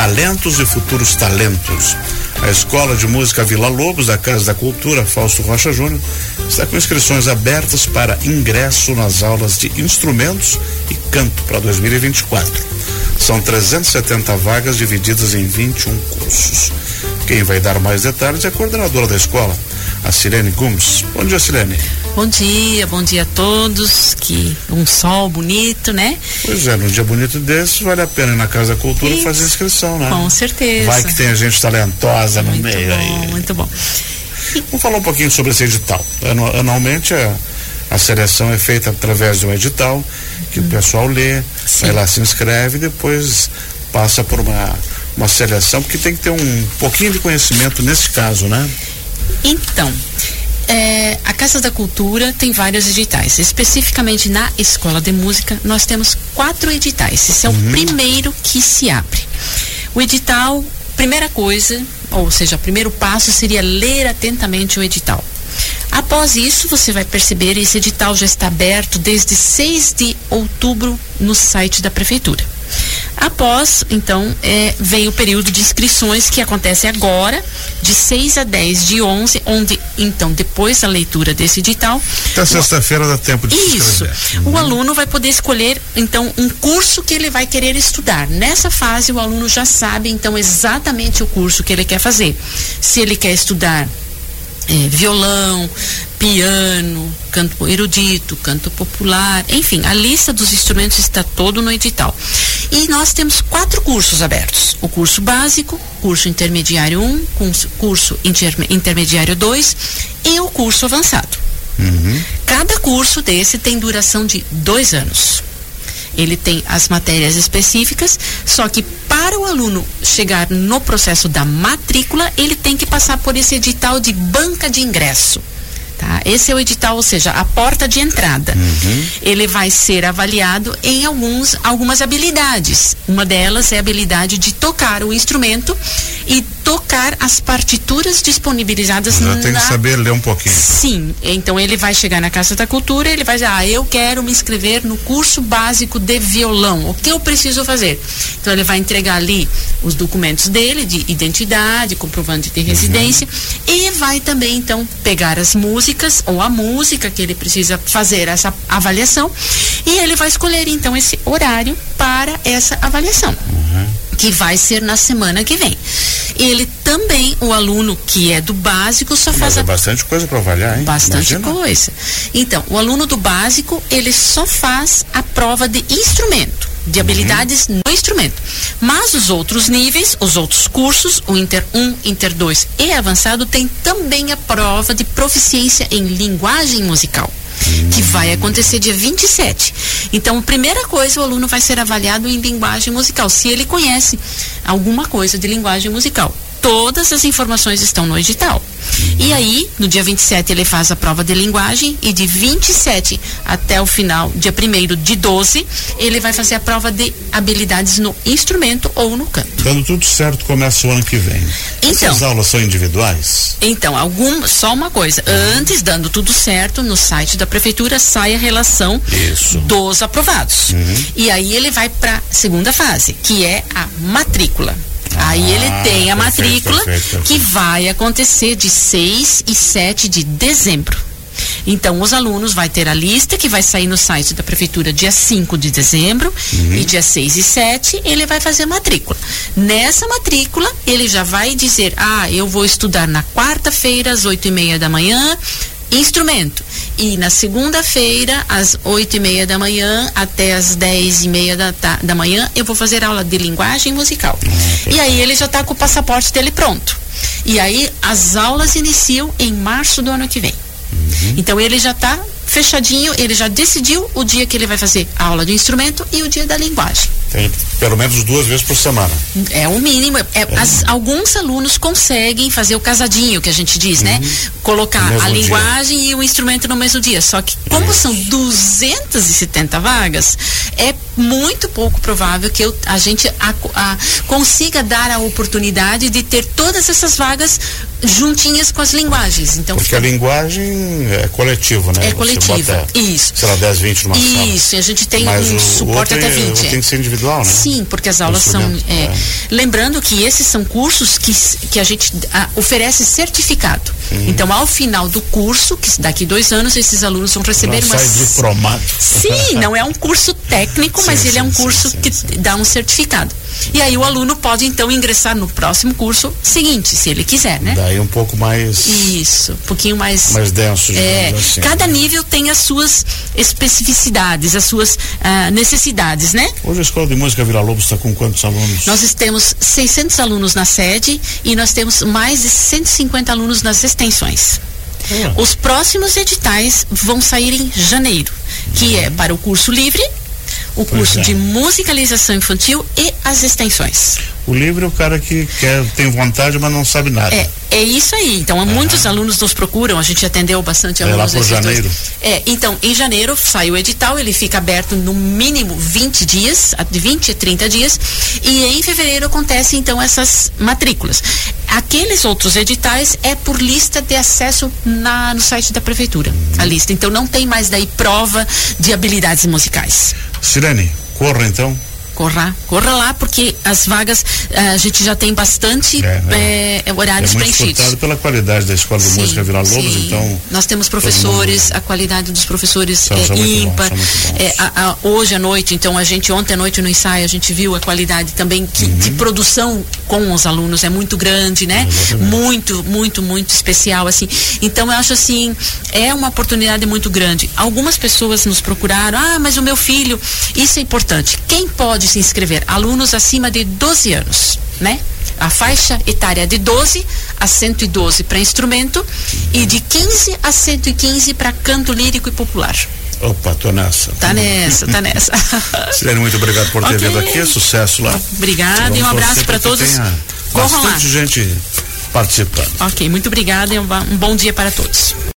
talentos e futuros talentos. A Escola de Música Vila Lobos, da Casa da Cultura Fausto Rocha Júnior, está com inscrições abertas para ingresso nas aulas de instrumentos e canto para 2024. São 370 vagas divididas em 21 cursos. Quem vai dar mais detalhes é a coordenadora da escola, a Silene Gomes. Bom dia, Silene. Bom dia a todos. Que um sol bonito, né? Pois é, num dia bonito desse, vale a pena ir na Casa da Cultura e fazer inscrição, né? Com certeza. Vai que tem gente talentosa no muito meio bom, aí. Muito bom. Vamos falar um pouquinho sobre esse edital. Anualmente a seleção é feita através de um edital que o pessoal lê, vai lá, se inscreve e depois passa por uma seleção, porque tem que ter um pouquinho de conhecimento nesse caso, né? Então, a Casa da Cultura tem vários editais. Especificamente na Escola de Música, nós temos 4 editais. Esse é o primeiro que se abre. O edital, primeira coisa, ou seja, o primeiro passo seria ler atentamente o edital. Após isso, você vai perceber, esse edital já está aberto desde 6 de outubro no site da Prefeitura. Após, então, vem o período de inscrições que acontece agora, de 6 a 10 de 11, onde, então, depois da leitura desse edital... Até sexta-feira dá tempo de se inscrever. Isso. O aluno vai poder escolher, então, um curso que ele vai querer estudar. Nessa fase, o aluno já sabe, então, exatamente o curso que ele quer fazer. Se ele quer estudar violão, piano, canto erudito, canto popular, enfim, a lista dos instrumentos está todo no edital. E nós temos 4 cursos abertos: o curso básico, curso intermediário 1, curso intermediário 2 e o curso avançado. Cada curso desse tem duração de 2 anos. Ele tem as matérias específicas, só que para o aluno chegar no processo da matrícula, ele tem que passar por esse edital de banca de ingresso. Tá? Esse é o edital, ou seja, a porta de entrada. Ele vai ser avaliado em algumas habilidades. Uma delas é a habilidade de tocar o instrumento e tocar as partituras disponibilizadas já tem que saber ler um pouquinho. Sim, então ele vai chegar na Casa da Cultura, ele vai dizer, eu quero me inscrever no curso básico de violão, o que eu preciso fazer? Então ele vai entregar ali os documentos dele, de identidade, comprovante de residência, e vai também, então, pegar as músicas, ou a música que ele precisa fazer essa avaliação, e ele vai escolher, então, esse horário para essa avaliação. Que vai ser na semana que vem. Ele também, o aluno que é do básico, só faz... Mas é bastante coisa para avaliar, hein? Bastante coisa. Então, o aluno do básico, ele só faz a prova de instrumento, de habilidades no instrumento. Mas os outros níveis, os outros cursos, o Inter 1, Inter 2 e avançado, tem também a prova de proficiência em linguagem musical, que vai acontecer dia 27. Então, a primeira coisa, o aluno vai ser avaliado em linguagem musical, se ele conhece alguma coisa de linguagem musical. Todas as informações estão no edital. E aí, no dia 27, ele faz a prova de linguagem, e de 27 até o final, dia 1º de 12, ele vai fazer a prova de habilidades no instrumento ou no canto. Dando tudo certo, começa o ano que vem. Então, essas aulas são individuais? Então, só uma coisa. Antes, dando tudo certo, no site da Prefeitura sai a relação dos aprovados. E aí ele vai para a segunda fase, que é a matrícula. Aí ele tem a matrícula que vai acontecer de 6 e 7 de dezembro. Então, os alunos vai ter a lista que vai sair no site da Prefeitura dia 5 de dezembro e dia 6 e 7 ele vai fazer a matrícula. Nessa matrícula, ele já vai dizer, eu vou estudar na quarta-feira às 8:30 da manhã, instrumento. E na segunda-feira, às 8:30 da manhã até às 10:30 da manhã, eu vou fazer aula de linguagem musical. E aí ele já está com o passaporte dele pronto. E aí as aulas iniciam em março do ano que vem. Então ele já está fechadinho, ele já decidiu o dia que ele vai fazer a aula de instrumento e o dia da linguagem. Tem pelo menos 2 vezes por semana. É o mínimo. Alguns alunos conseguem fazer o casadinho, que a gente diz, né? Colocar a linguagem e o instrumento no mesmo dia. Só que, como são 270 vagas, é muito pouco provável que a gente consiga dar a oportunidade de ter todas essas vagas juntinhas com as linguagens. Então, porque a linguagem é coletiva, né? É coletiva, isso. Será 10, 20 numa sala. Isso, e a gente tem mas um suporte até 20. Tem que ser individual, né? Sim, porque as aulas são... Lembrando que esses são cursos que a gente oferece certificado. Então, ao final do curso, que daqui 2 anos, esses alunos vão receber sai diplomado. Sim, não é um curso técnico, mas ele é um curso que dá um certificado. E aí o aluno pode então ingressar no próximo curso seguinte, se ele quiser, né? Daí um pouco mais... Isso, um pouquinho mais denso, assim. Cada nível tem as suas especificidades, as suas necessidades, né? Hoje a Escola de Música Vila Lobos está com quantos alunos? Nós temos 600 alunos na sede e nós temos mais de 150 alunos nas extensões. Os próximos editais vão sair em janeiro, que é para o curso livre, o curso de musicalização infantil e as extensões. O livre é o cara que tem vontade, mas não sabe nada. É isso aí. Então, muitos alunos nos procuram, a gente atendeu bastante alunos. Lá por janeiro? Então, em janeiro sai o edital, ele fica aberto no mínimo 20 dias, de 20 a 30 dias, e em fevereiro acontecem então essas matrículas. Aqueles outros editais é por lista de acesso no site da prefeitura, a lista. Então, não tem mais daí prova de habilidades musicais. Sirene, corra então. Corra lá, porque as vagas a gente já tem bastante horários preenchidos. É muito disputado pela qualidade da Escola de Música Vila Lobos, então... Nós temos professores, a qualidade dos professores é ímpar. Hoje à noite, então, ontem à noite no ensaio, a gente viu a qualidade também de produção com os alunos, é muito grande, né? Muito, muito, muito especial, assim. Então, eu acho assim, é uma oportunidade muito grande. Algumas pessoas nos procuraram, mas o meu filho, isso é importante. Quem pode se inscrever? Alunos acima de 12 anos, né? A faixa etária de 12 a 112 para instrumento e de 15 a 115 para canto lírico e popular. Opa, tô nessa. Tá nessa. Sirene, muito obrigado por ter vindo aqui, sucesso lá. Obrigada e um abraço para todos. Bastante gente participando. Ok, muito obrigada e um bom dia para todos.